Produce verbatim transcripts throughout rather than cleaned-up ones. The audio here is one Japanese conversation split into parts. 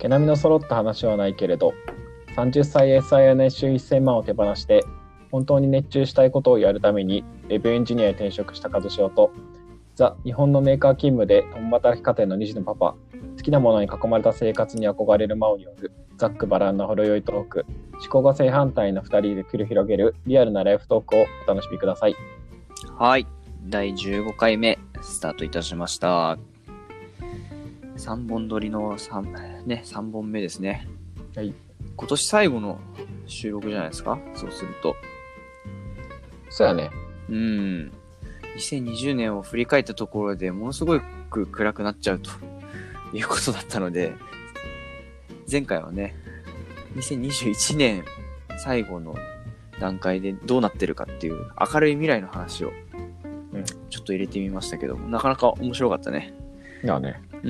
毛並みの揃った話はないけれど、さんじゅっさいエスアイ や年収せんまんを手放して本当に熱中したいことをやるためにウェブエンジニアへ転職した和潮と、ザ・日本のメーカー勤務で共働き家庭のに児のパパ、好きなものに囲まれた生活に憧れる真央によるざっくばらんなほろ酔いトーク、思考が正反対のふたりで繰り広げるリアルなライフトークをお楽しみください。 はい、だいじゅうごかいめスタートいたしました。さんぼん撮りの 3,、ね、さんぼんめですね。 はい。 今年最後の収録じゃないですか、そうすると。 そうやね。 うん。にせんにじゅうねんを振り返ったところでものすごく暗くなっちゃうということだったので、前回はね、にせんにじゅういちねん最後の段階でどうなってるかっていう明るい未来の話をちょっと入れてみましたけど、なかなか面白かったね。 いやね。 うん。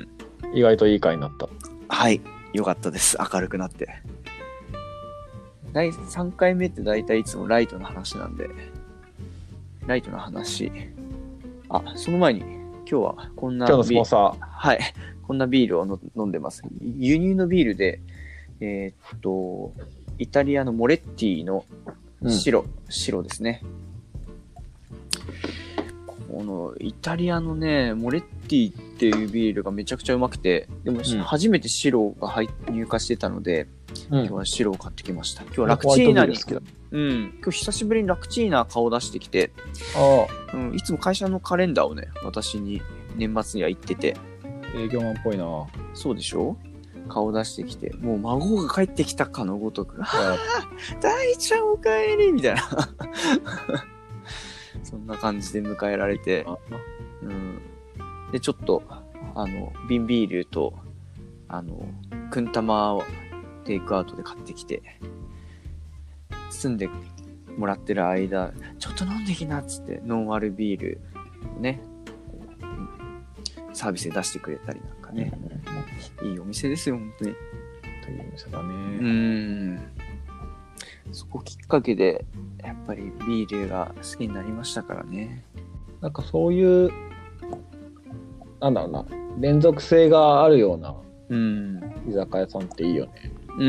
意外といい回になった。 はい。よかったです。明るくなって。だいさんかいめってだいたいいつもライトの話なんで、ライトの話。あ、その前に、今日はこんな今日のスポンサー。 はい。こんなビールをの飲んでます。輸入のビールで、えーっと、イタリアのモレッティの白、うん、白ですね。このイタリアのね、モレッティっていうビールがめちゃくちゃうまくて、でも、うん、初めて白が入入荷してたので、うん、今日は白を買ってきました。今日はラクチーナに、うん、今日久しぶりにラクチーナ顔出してきて、あ、うん、いつも会社のカレンダーをね、私に年末には行ってて、 営業マンっぽいな。 そうでしょ？顔出してきて、もう孫が帰ってきたかのごとく、大ちゃんおかえりみたいな。そんな感じで迎えられて、うん、で、ちょっと、あの、瓶ビールと、あの、くん玉をテイクアウトで買ってきて、包んでもらってる間、ちょっと飲んできなっつって、ノンアルビールをね、サービスで出してくれたりなんかね、うん、いいお店ですよ、本当に。いいお店だね。 うん。そこきっかけで、やっぱりビールが好きになりましたからね。 なんかそういう、なんだろうな、連続性があるような、うん、居酒屋さんっていいよね。 うん。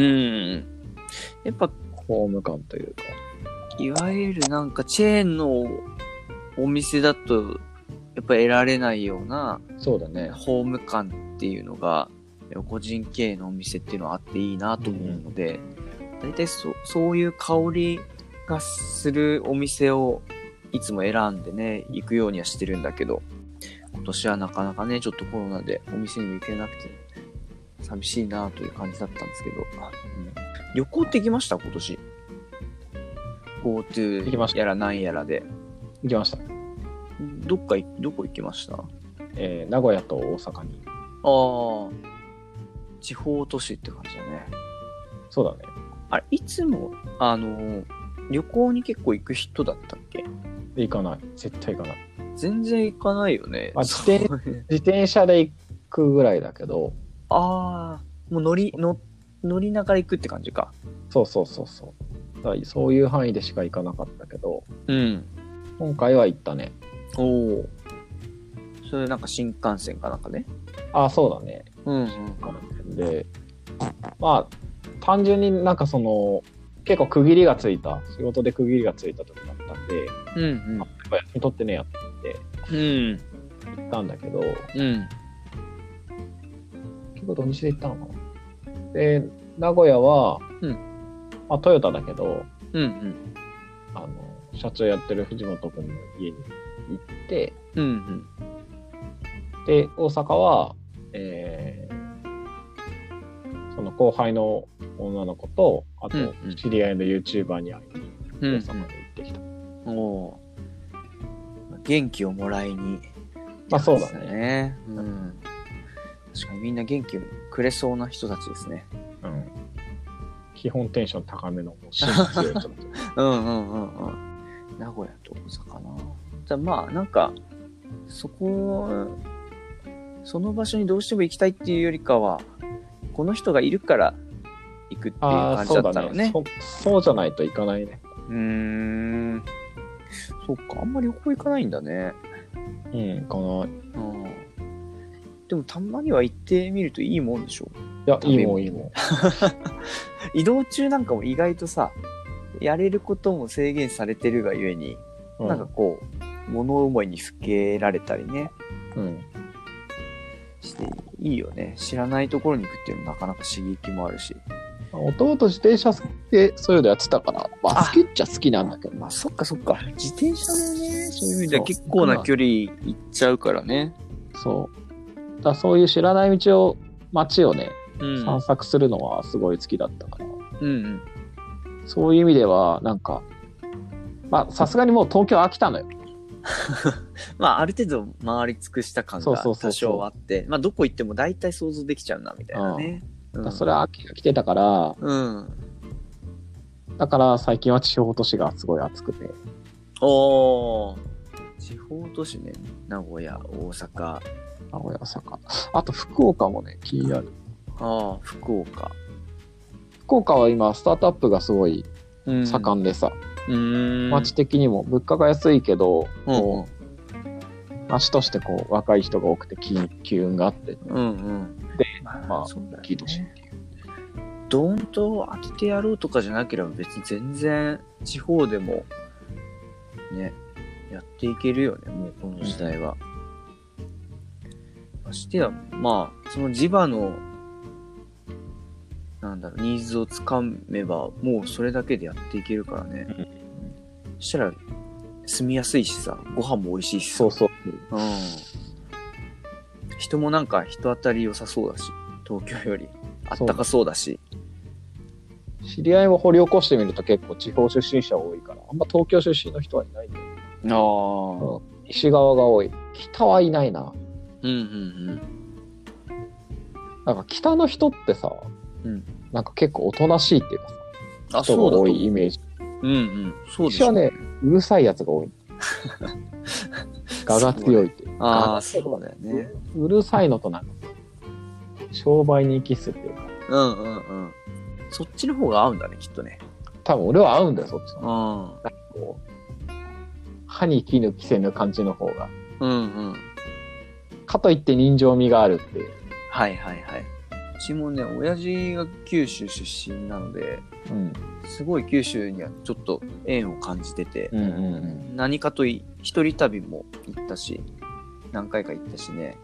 やっぱ、 ホーム感というか。 いわゆるなんかチェーンのお店だと、やっぱ得られないような、 そうだね。 ホーム感っていうのが、個人経営のお店っていうのはあっていいなと思うので、うん、大体そ、そういう香りがするお店をいつも選んでね、行くようにはしてるんだけど、今年はなかなかね、ちょっとコロナでお店にも行けなくて、寂しいなという感じだったんですけど、うん、旅行って行きました今年。GoTo やらなんやらで。 行きました。 どっか、どこ行きました？ えー、名古屋と大阪に。 ああ、地方都市って感じだね。 そうだね。 あれ、いつも、あの、旅行に結構行く人だったっけ？ 行かない。絶対行かない。 全然行かないよね。 まあ、自転、自転車で行くぐらいだけど。 ああ、もう乗り、乗、乗りながら行くって感じか。 そうそうそうそう。だからそういう範囲でしか行かなかったけど。 うん。 今回は行ったね。 おお。それなんか新幹線かなんかね。 ああ、そうだね。 うん、うん。 新幹線で、まあ、単純になんかその、結構区切りがついた、仕事で区切りがついた時だったんで、 うんうん。 やっぱ休み取ってねえやって言って、うん、行ったんだけど、 うん。 結構土日で行ったのかな。で、名古屋は、 うん。 まあトヨタだけど、 うんうん。 あの、社長やってる藤本君の家に行って、 うんうん。 で、大阪は、えー、その後輩の女の子と、あと、知り合いの YouTuber に会いに、大阪に行ってきた。 うんうん、お元気をもらいに、 まあそうだね。 うん。確かにみんな元気をくれそうな人たちですね。 うん。基本テンション高めの、芯が強い人だと。 うんうんうんうん。名古屋と大阪な。じゃあまあなんか、そこ、その場所にどうしても行きたいっていうよりかは、この人がいるから行くっていう感じだったのね。 そうだね。そ、そうじゃないと行かないね。 うーん。そっか、あんまり旅行行かないんだね。 うん、行かない。 うん。でもたまには行ってみるといいもんでしょ。 いや、いい旅ももんいいもん。 移動中なんかも意外とさ、やれることも制限されてるがゆえに、 うん、 なんかこう、物思いにふけられたりね、 うん。 していいよね。知らないところに行くっていうのもなかなか刺激もあるし。 弟自転車でそういうのやってたから、まああ好きっちゃ好きなんだけど。 まあそっかそっか。自転車もね、そういう意味ではそう結構な距離行っちゃうからね。 そう。だからそういう知らない道を、街をね、 うん。 散策するのはすごい好きだったから、 うんうん。 そういう意味では、なんか、まあさすがにもう東京飽きたのよ。 まあある程度回り尽くした感がそうそうそうそう多少あって、まあどこ行っても大体想像できちゃうなみたいなね。 だからそれは飽きが来てたから、 うん。 だから最近は地方都市がすごい暑くて。 おー。地方都市ね。名古屋、大阪。 名古屋、大阪。あと福岡もね、気になる。 ああ、福岡。 福岡は今、スタートアップがすごいうん。 盛んでさ、 うーん。 街的にも物価が安いけど、 うんうんこう街としてこう若い人が多くて機機運があって、 うんうん。 で、 ままあそうだよね大きい都市っていう。 ドーンと当ててやろうとかじゃなければ別に全然地方でもね、やっていけるよね、もうこの時代は。ましてや、まあ、その地場の、なんだろう、ニーズをつかめば、もうそれだけでやっていけるからね。 うんそしたら、住みやすいしさ、ご飯も美味しいしさ。 そうそう。 うん。人もなんか人当たり良さそうだし、東京より。あったかそうだし。 知り合いを掘り起こしてみると結構地方出身者多いから、あんま東京出身の人はいないんだよ。 ああ。 うん西側が多い。北はいないな。 うんうんなんか北の人ってさ、 うんなんか結構おとなしいっていうかさ、 うん。あ、 人が多そうだと思う。 いイメージ。 うんうん。そうです西はね、うるさいやつが多い。我が強いっていう。 ああ、 我そうだよね。 うるさいのとなんか、商売に帰すっていうか、 うんうんうん。そっちの方が合うんだね、きっとね。 多分俺は合うんだよ、そっちの。 うん。 こう歯に衣着せぬ感じの方が。 うんうん。 かといって人情味があるっていう。 はいはいはい。うちもね、親父が九州出身なので、 うん。 すごい九州にはちょっと縁を感じてて、 うんうんうん。 何かとい一人旅も行ったし、何回か行ったしね。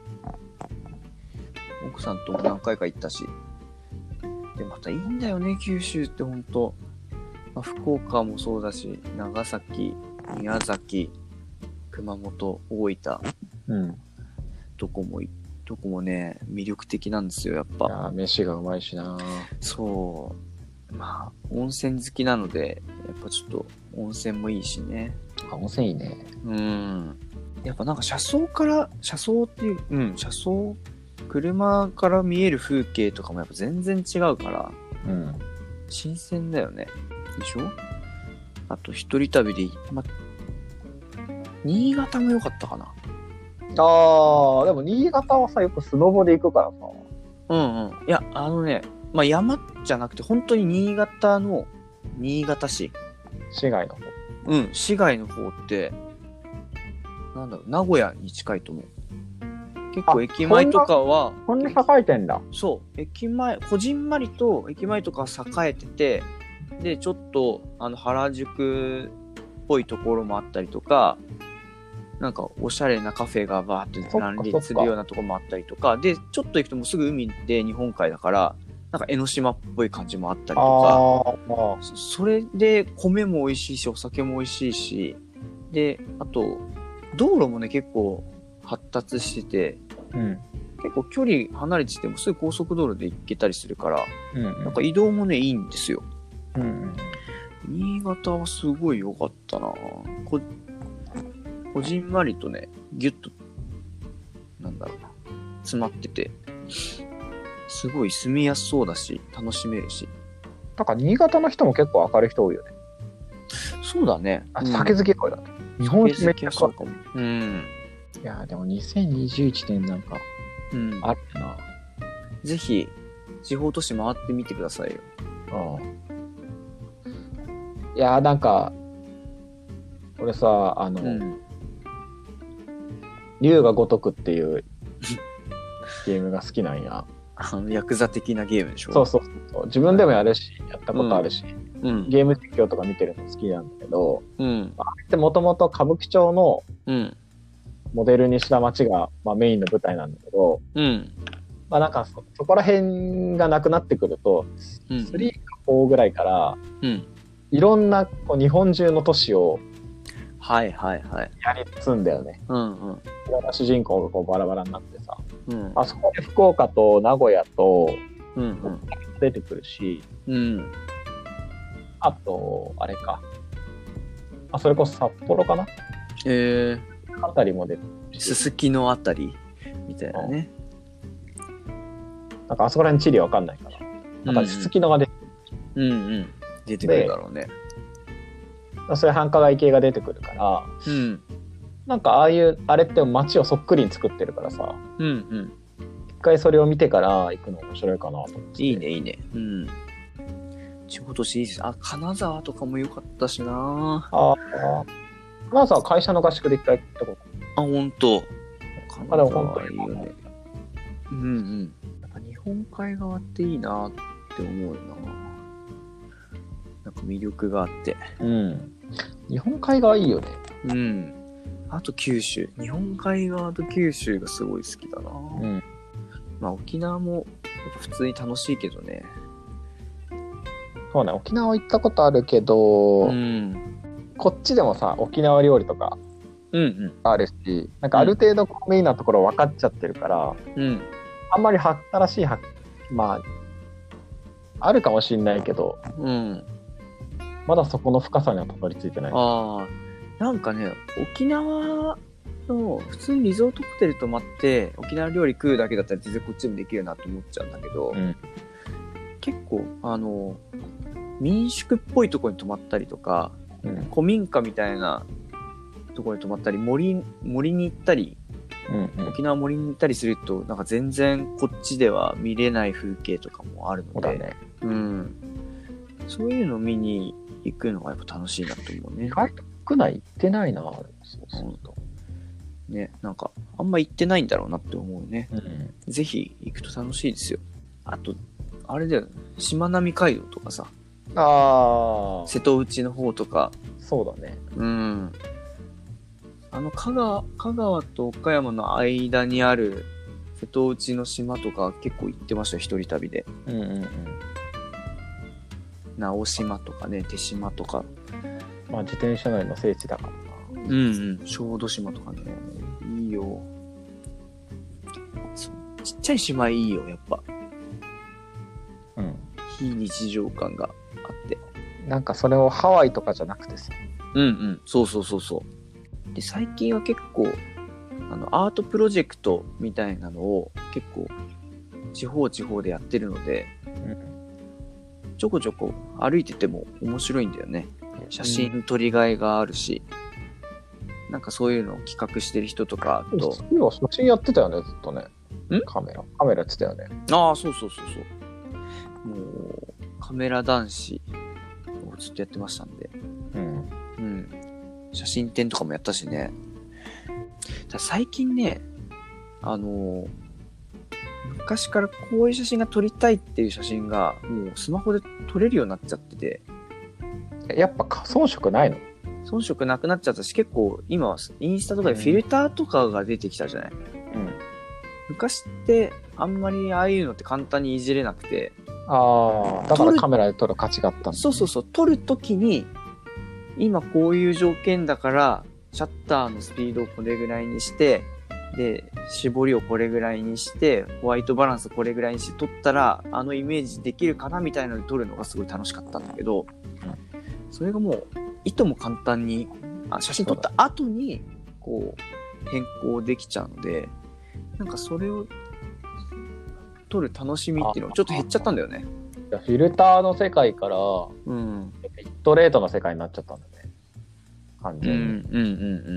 奥さんとも何回か行ったし。で、またいいんだよね、九州ってほんと。まあ、福岡もそうだし、長崎、宮崎、熊本、大分、 うん。 どこもい、どこもね、魅力的なんですよ、やっいぱ。 やー飯がうまいしな。 そう。まあ、温泉好きなので、やっぱちょっと温泉もいいしね。 あ、温泉いいね。 うん。やっぱなんか車窓から、車窓っていう、うん、車窓、車から見える風景とかもやっぱ全然違うから、 うん。 新鮮だよね。でしょ？あと一人旅で、ま、新潟も良かったかな。 ああ、でも新潟はさ、よくスノボで行くからさ。 うんうん。いや、あのね、まあ、山じゃなくて本当に新潟の、新潟市。 市外の方。 うん、市外の方って、なんだろう、名古屋に近いと思う。結構駅前とかは、 こんな栄えてんだ。 そう、駅前、こじんまりと駅前とか栄えてて、で、ちょっと、あの、原宿っぽいところもあったりとか、なんか、おしゃれなカフェがバーって乱立するようなところもあったりとか、で、ちょっと行くともうすぐ海で日本海だから、なんか江ノ島っぽい感じもあったりとか、 ああ、 そそれで米も美味しいし、お酒も美味しいし、で、あと、道路もね、結構発達してて、 うん。 結構距離離れててもすぐ高速道路で行けたりするから、 うん。 なんか移動もね、いいんですよ。 うん。 新潟はすごい良かったなこ、こじんまりとね、ギュッと、なんだろうな、詰まってて、すごい住みやすそうだし、楽しめるし。 なんか新潟の人も結構明るい人多いよね。 そうだね。 あ、 うん酒好き声だって。日本酒めっちゃそうかも。うん。 いやーでもにせんにじゅういちねんなんかうん。 あるな。 ぜひ、地方都市回ってみてくださいよ。 うん。いやーなんか、俺さ、あの、 うん。 龍が如くっていうゲームが好きなんや。 あのヤクザ的なゲームでしょ。 そうそうそう。自分でもやるし、やったことあるし、 うん、 ゲーム実況とか見てるの好きなんだけど、 うん、 あれってもともと歌舞伎町のうん、 モデルにした街が、まあ、メインの舞台なんだけど、 うん、 まあなんか そ, そこら辺がなくなってくると、 うん、 スリーかフォーぐらいから、 うん、 いろんなこう日本中の都市をはいはいはい。 やりつんだよね。 うんうん。 いろんな主人公がこうバラバラになってさ、 うん。 あそこで福岡と名古屋とうんうん。 出てくるし、 うん。 あと、あれか。あ、それこそ札幌かなえあたりも出てくー、 るし。 すすきのあたりみたいなね。 なんかあそこら辺地理わかんないから。なんかすすきのが出てくる。うんうん。出てくるだろうね。 それ繁華街系が出てくるから、 うん。 なんかああいう、あれって街をそっくりに作ってるからさ、 うんうん。 一回それを見てから行くの面白いかなと思って。 いいねいいね。うん。地方都市いいです。あ、金沢とかも良かったしな。 ああ。まずは会社の合宿で一回行ったこと。 あ、ほんと。 あ、でも本当にいいよね。うんうん。やっぱ日本海側っていいなって思うよな。なんか魅力があって。 うん。日本海側いいよね。 うん。あと九州。日本海側と九州がすごい好きだな。 うん。 まあ沖縄も普通に楽しいけどね。 そうね、沖縄行ったことあるけど、 うん、 こっちでもさ、沖縄料理とかあるし、うんうん、なんかある程度メインなところ分かっちゃってるから、うん、あんまり新しいはまああるかもしれないけど、うん、まだそこの深さにはたどり着いてない。 ああ、なんかね、沖縄の普通にリゾートホテル泊まって沖縄料理食うだけだったら全然こっちもできるなと思っちゃうんだけど、うん、結構あの民宿っぽいところに泊まったりとか、うん、古民家みたいなところに泊まったり 森, 森に行ったり、うんうん、沖縄森に行ったりするとなんか全然こっちでは見れない風景とかもあるので、そうだね、うん、そういうのを見に行くのがやっぱ楽しいなと思うね。 意外と国内行ってないな。そうそうとね、なんかあんま行ってないんだろうなって思うね、うん、ぜひ行くと楽しいですよ。あとあれだよ、しまなみ海道とかさ、あ瀬戸内の方とか、 そうだね、 うん、あの香川香川と岡山の間にある瀬戸内の島とか結構行ってましたよ、一人旅で。うんうんうん、直島とかね、手島とか、 まあ自転車内の聖地だからな。 うんうん、小豆島とかね、いいよ。ちっちゃい島いいよ、やっぱ。うん。非日常感があって。 なんかそれをハワイとかじゃなくてさ。 うんうん、そうそうそうそう。で、最近は結構、あの、アートプロジェクトみたいなのを結構、地方地方でやってるので、うん、ちょこちょこ歩いてても面白いんだよね。写真撮りがいがあるし、うん、なんかそういうのを企画してる人とかと。 要は写真やってたよね、ずっとね。んカメラ。カメラやってたよね。 ああ、そうそうそうそう。もう、カメラ男子をずっとやってましたんで。うん。うん。写真展とかもやったしね。だ最近ね、あのー、昔からこういう写真が撮りたいっていう写真が、もうスマホで撮れるようになっちゃってて。 やっぱ遜色ないの？ 遜色なくなっちゃったし、結構今はインスタとかでフィルターとかが出てきたじゃない？うん。昔ってあんまりああいうのって簡単にいじれなくて、 ああ、だからカメラで撮る価値があったんだ、ね、 そうそうそう、撮るときに今こういう条件だからシャッターのスピードをこれぐらいにして、で絞りをこれぐらいにしてホワイトバランスこれぐらいにして撮ったらあのイメージできるかなみたいなので撮るのがすごい楽しかったんだけど、それがもういとも簡単にあ写真撮った後にこう変更できちゃうので、なんかそれを撮る楽しみっていうのがちょっと減っちゃったんだよね。 フィルターの世界から、うん、ビットレートの世界になっちゃったんだね。完全に。うんうんうんうん。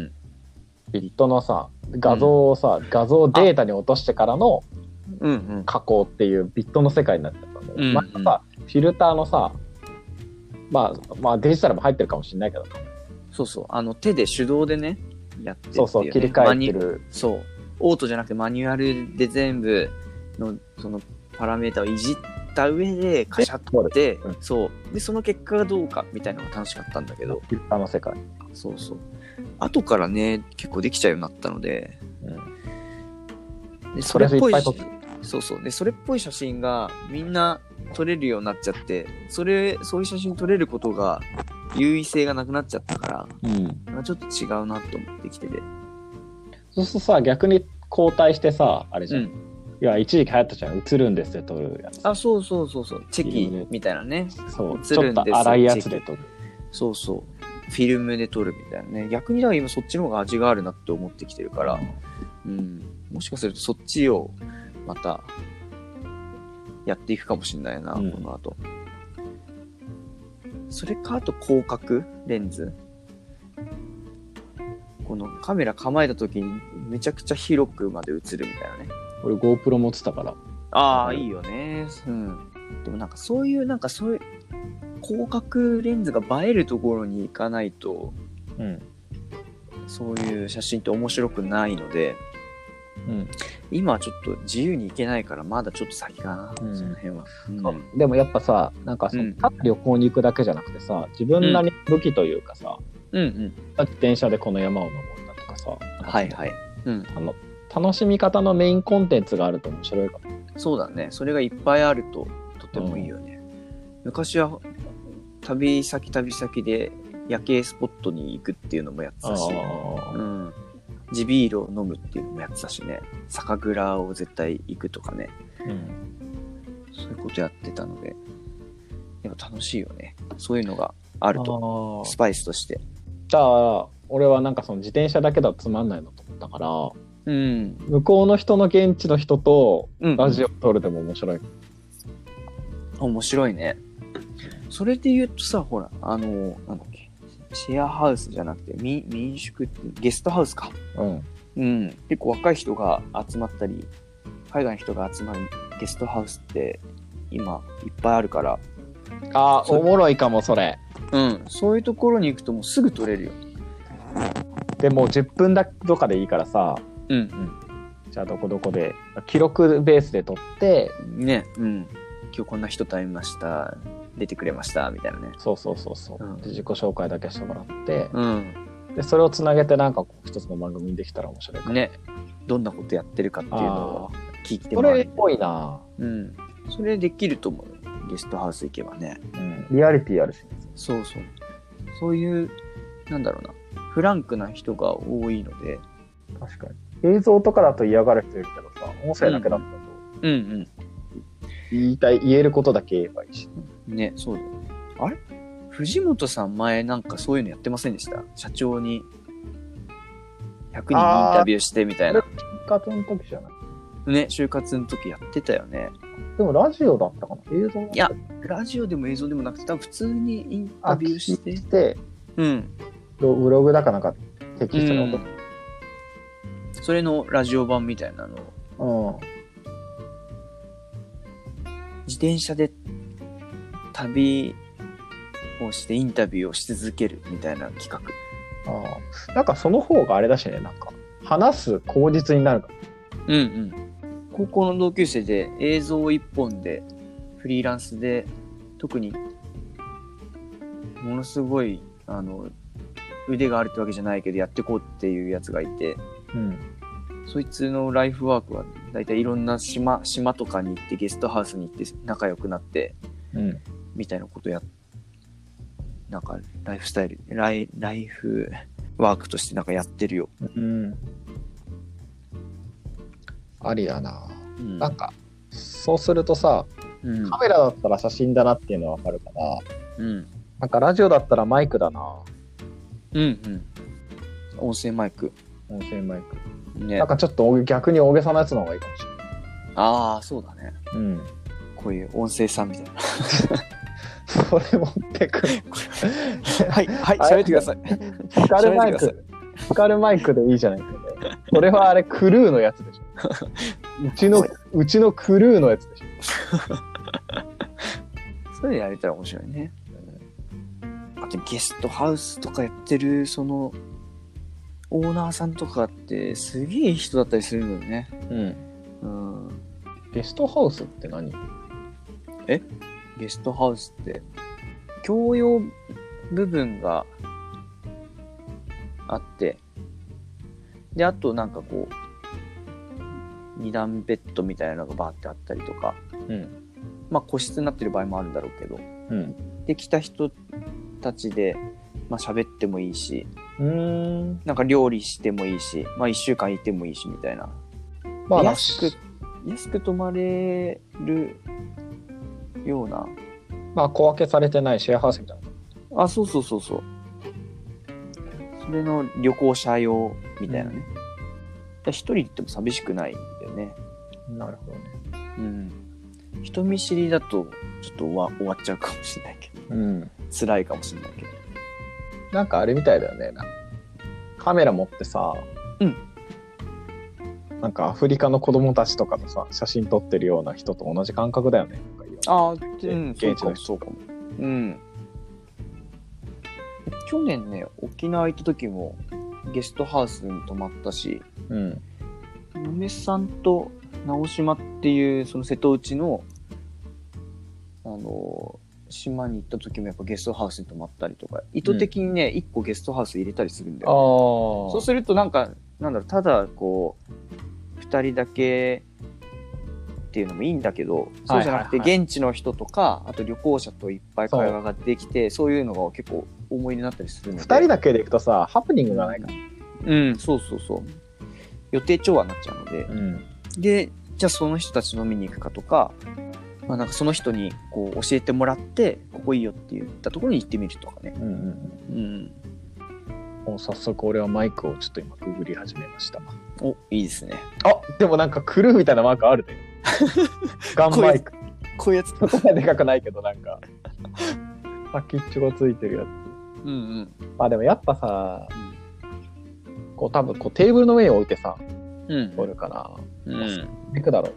ビットのさ、画像をさ、うん、画像をデータに落としてからの加工っていうビットの世界になっちゃったんだよ。うんうん、まあさ、フィルターのさ、まあ、まあデジタルも入ってるかもしれないけど。 そうそう、あの手で手動でね、やってっていう、ね。 そうそう、切り替えてる。 そう。オートじゃなくてマニュアルで全部のそのパラメータをいじった上でカシャって、うん、そうでその結果がどうかみたいなのが楽しかったんだけど、 フィルターの世界。 そうそう。後からね結構できちゃうようになったので、うん、でそれっぽいそうそうでそれっぽい写真がみんな撮れるようになっちゃって、それそういう写真撮れることが優位性がなくなっちゃったから、うん、ちょっと違うなと思ってきてて。 そうするとさ、逆に交代してさ、あれじゃん、うん、いや一時期流行ったじゃん、映るんですって撮るやつ。 あ、そうそうそうそう、チェキみたいなね。 そう、映るんです、ちょっと粗いやつで撮る。 そうそう、フィルムで撮るみたいなね。逆にだから今そっちの方が味があるなって思ってきてるから、うん、うん、もしかするとそっちをまたやっていくかもしれないな、うん、この後。それかあと広角レンズ。このカメラ構えた時にめちゃくちゃ広くまで映るみたいなね。 俺 GoPro 持ってたから。 ああ、いいよね。うん。でもなんかそういうなんかそういう広角レンズが映えるところに行かないと、うん、そういう写真って面白くないので、うん、今はちょっと自由に行けないからまだちょっと先かな、うん、その辺は、 うん、でもやっぱさ、なんかその、うん、ただ旅行に行くだけじゃなくてさ、自分なりに武器というかさ、うんうん、自転車でこの山を登ったとかさ、 はいはい、うん、 あの楽しみ方のメインコンテンツがあると面白いかも。 そうだね、それがいっぱいあるととてもいいよね、うん、昔は旅先旅先で夜景スポットに行くっていうのもやってたし、うん、地ビールを飲むっていうのもやってたしね、酒蔵を絶対行くとかね、うん、そういうことやってたので、でも楽しいよね、そういうのがあると、スパイスとして。 じゃあ俺はなんかその自転車だけだとつまんないのと思ったから、うん、向こうの人の現地の人とラジオ撮るでも面白い、うんうん、面白いね。それで言うとさ、ほらあのなんだっけ、シェアハウスじゃなくて民民宿ってゲストハウスか、うんうん、結構若い人が集まったり海外の人が集まるゲストハウスって今いっぱいあるから、 あーおもろいかもそれ。 うん、そういうところに行くともうすぐ撮れるよ。 でもじゅっぷんだとかでいいからさ、うんうん、じゃあどこどこで記録ベースで撮ってね、うん、今日こんな人と会いました、出てくれましたみたいなね。 そうそうそうそう、うん、で自己紹介だけしてもらって、うん、でそれをつなげてなんか一つの番組にできたら面白いかね。 どんなことやってるかっていうのを聞いてもらう。 それっぽいな。 うん、それできると思う。ゲストハウス行けばね、 うん、リアリティあるし。 そうそう、そういうなんだろうな、フランクな人が多いので。 確かに映像とかだと嫌がる人いるけどさ、音声だけだったと、うん、うんうん言いたい、言えることだけ言えばいいしね。そうだよね。あれ藤本さん前なんかそういうのやってませんでした？社長にひゃくにんインタビューしてみたいな。 就活の時じゃないね、就活の時やってたよね。 でもラジオだったかな、映像？ いや、ラジオでも映像でもなくて、多分普通にインタビューして、 して、うん、ブログだかなんかテキストの音、うん、 それのラジオ版みたいなのを、うん、自転車で旅をしてインタビューをし続けるみたいな企画。 ああ、なんかその方があれだしね、なんか話す口実になるかも。 うんうん。高校の同級生で映像一本でフリーランスで特にものすごいあの腕があるってわけじゃないけどやってこうっていうやつがいて、うん、そいつのライフワークはだいたいいろんな島島とかに行ってゲストハウスに行って仲良くなって、うん、みたいなことやなんかライフスタイルライライフワークとしてなんかやってるよ。うん、 ありだな、うん、なんかそうするとさ、うん、カメラだったら写真だなっていうのは分かるから、うん、なんかラジオだったらマイクだな。 うんうん。音声マイク。 音声マイク。ね。なんかちょっと逆に大げさなやつの方がいいかもしれない。 ああ、そうだね。うん。こういう音声さんみたいな。 それ持ってくる。 はいはい、喋ってください。 スカルマイク。スカルマイクでいいじゃないかね。それはあれクルーのやつでしょ。うちのうちのクルーのやつでしょ。 それやれたら面白いね。あとゲストハウスとかやってるそのオーナーさんとかってすげえ人だったりするのよね。うん。うん。 ゲストハウスって何？ ゲストハウスって、共用部分があって、で、あとなんかこう、二段ベッドみたいなのがバーってあったりとか、 うん。 まあ個室になってる場合もあるんだろうけど、 うん。 で、来た人たちで、まあ喋ってもいいし、 うーん。 なんか料理してもいいし、まあ一週間いてもいいしみたいな。 まあ、 安く、安く泊まれるような。 まあ、小分けされてないシェアハウスみたいな。 あ、そうそうそうそう。それの旅行者用みたいなね。一、うん、人で行っても寂しくないんだよね。 なるほどね。 うん。人見知りだとちょっと終わ終わっちゃうかもしれないけど。 うん。 辛いかもしれないけど。 なんかあれみたいだよね。なカメラ持ってさ、 うん。 なんかアフリカの子供たちとかとさ、写真撮ってるような人と同じ感覚だよね。 ああ、うん、 現地の人そうかも。うん。去年ね、沖縄行った時もゲストハウスに泊まったし、 うん。 嫁さんと直島っていうその瀬戸内のあの島に行った時もやっぱゲストハウスに泊まったりとか、意図的にね、一、うん、個ゲストハウス入れたりするんだよ、ね。そうするとなんかなんだろう、ただこう二人だけっていうのもいいんだけど、そうじゃなくて現地の人とか、あと旅行者といっぱい会話ができて、そういうのが結構思い出になったりするので。 二人だけで行くとさ、ハプニングがないから。 うん、そうそうそう。予定調和になっちゃうので、うん、で、じゃあその人たち飲みに行くかとか、まあ、なんかその人にこう教えてもらって、ここいいよって言ったところに行ってみるとかね。うんうんうん。 もう早速俺はマイクをちょっと今ググり始めました。 お、いいですね。 あ、でもなんかクルーみたいなマークあるね。ガンマイク。 こういうやつ。 そこまででかくないけどなんか先っちょがついてるやつ。 うんうん。 あ、でもやっぱさ、うん、こう多分こうテーブルの上に置いてさ、うん、撮るかな。うん。いくだろう。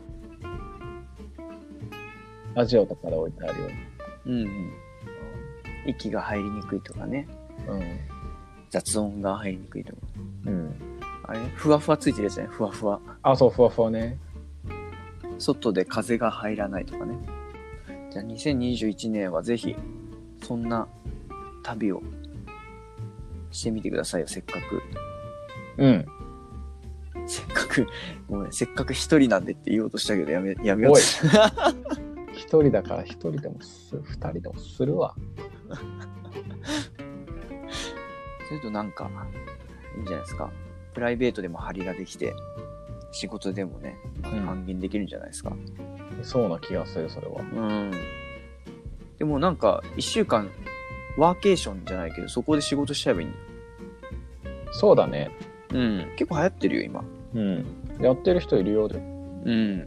ラジオとかで置いてあるように。うんうん。 息が入りにくいとかね。うん。雑音が入りにくいとか。うん。あれ、ふわふわついてるやつね。ふわふわ。 あ、そう、ふわふわね。 外で風が入らないとかね。じゃあにせんにじゅういちねんはぜひそんな旅をしてみてくださいよ、せっかく。うん。せっかく、ごめん、せっかく一人なんでって言おうとしたけどやめ、やめようとした。 一人だから一人でもする、二人でもするわ。 それとなんかいいんじゃないですか。プライベートでも張りができて、仕事でもね、還元できるんじゃないですか。 うん、そうな気がする、それは。 うん。でもなんか一週間ワーケーションじゃないけど、そこで仕事しちゃえばいいんだよ。 そうだね。 うん。結構流行ってるよ今。 うん。やってる人いるようで。うん。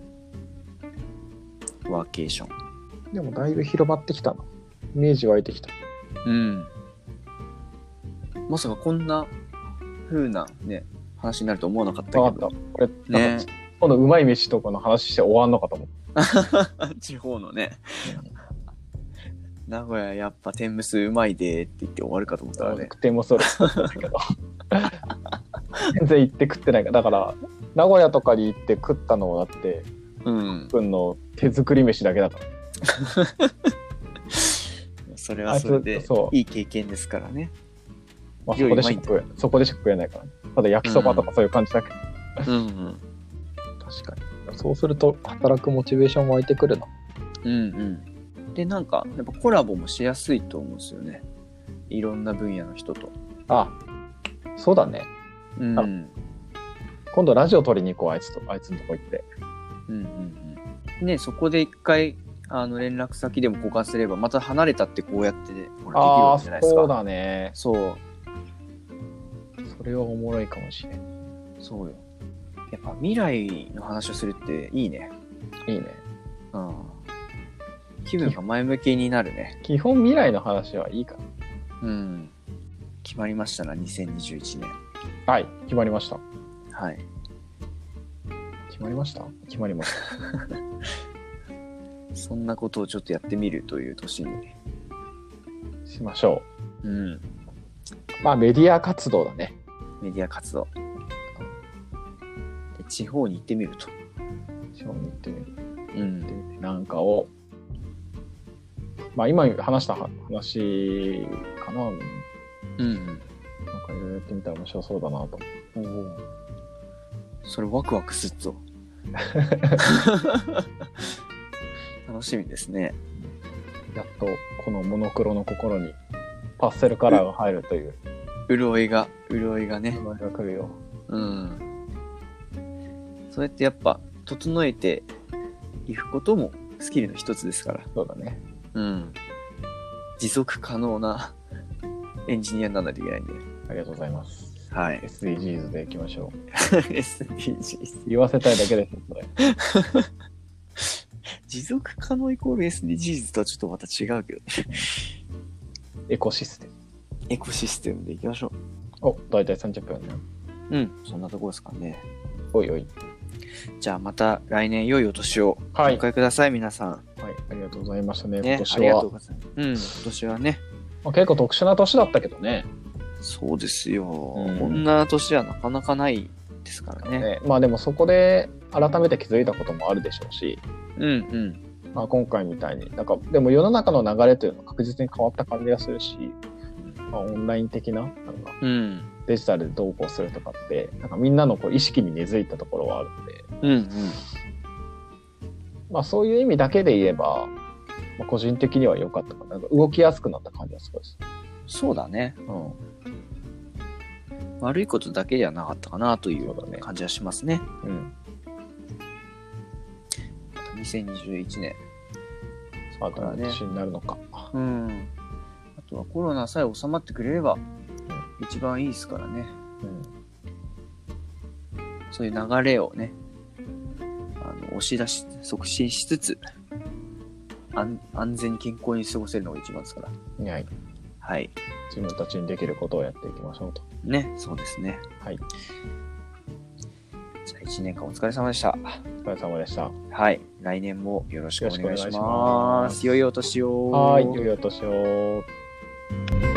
ワーケーション。 でもだいぶ広まってきたな。イメージ湧いてきた。 うん。まさかこんな風なね話になると思わなかったけど。 分かった。これね。今度うまい飯とかの話して終わんのかと思った。地方のね。名古屋やっぱ天むすうまいでって言って終わるかと思ったらね。 天むすだけど。全然行って食ってないから。だから名古屋とかに行って食ったのはだって、うん、君の手作り飯だけだから。 それはそれでいい経験ですからね。 まあ、そこでしか食え、そこでしか食えないからね。ただ焼きそばとかそういう感じだけど。うんうん。確かに。そうすると働くモチベーション湧いてくるな。 うんうん。で、なんかやっぱコラボもしやすいと思うんですよね。いろんな分野の人と。 あ、そうだね。うん。今度ラジオ撮りに行こう、あいつと、あいつのとこ行って。 うんうんうん。ね、そこで一回あの連絡先でも交換すれば、また離れたってこうやって、ね、ほらできるわけじゃないですか。 そうだね。 そう。 それはおもろいかもしれん。 そうよ。やっぱ未来の話をするっていいね。 いいね。 うん。気分が前向きになるね。 基本未来の話はいいから。 うん。決まりましたな、にせんにじゅういちねん。 はい、決まりました。 はい。 決まりました決まりました。 そんなことをちょっとやってみるという年にしましょう。うん。 まあメディア活動だね。 メディア活動。で地方に行ってみると。 地方に行ってみる。 うんなんかを、まあ今話した話かな、なんかうんいろいろやってみたら面白そうだなと。 うん。おーそれワクワクすっぞ。楽しみですね。 やっとこのモノクロの心にパステルカラーが入るという潤いが、潤いがね。 思いが来るよ。 うん。そうやってやっぱ整えていくこともスキルの一つですから。 そうだね。 うん。持続可能なエンジニアにならないといけないんで。 ありがとうございます。 はい。 エスディージーズ でいきましょう。 エスディージーズ。 言わせたいだけですよ、それ。 持続可能イコール エスディージーズ とはちょっとまた違うけどね。 エコシステム。 エコシステムでいきましょお、だいたいさんじゅっぷんね。 う。うん。そんなところですかね。 おいおい。 じゃあまた来年良いお年をおはい。 迎えください、皆さん。 はい、ありがとうございましたね、 ね、 今年ありがとうは。 ございます。うん、今年はね。 まあ、結構特殊な年だったけどね。 そうですよ、 うんこんな年はなかなかないですからね。 ねまあでもそこで改めて気づいたこともあるでしょうし、 うんうん。 まあ、今回みたいになんかでも世の中の流れというのは確実に変わった感じがするし、まあ、オンライン的ななんかうん。 デジタルでどうこうするとかってなんかみんなのこう意識に根付いたところはあるので、 うんうん。 まあ、そういう意味だけで言えば、まあ、個人的には良かったかな。なんか動きやすくなった感じがすごいです。 そうだね。 うん悪いことだけではなかったかなというそうだね感じはしますね。 うん、 にせんにじゅういちねん。 あとは年になるのか。 うん。あとはコロナさえ収まってくれれば一番いいですからね。 うんそういう流れをね、あの押し出し、促進しつつ、安安全に健康に過ごせるのが一番ですから。 はい、 はい。 自分たちにできることをやっていきましょうと。 ね、そうですね。 はい、 じゃあいちねんかんお疲れ様でした。 お疲れ様でした。 はい。来年もよろしくお願いしよろしくお願いしま。 ますす良いお年を。 はい、良いお年を。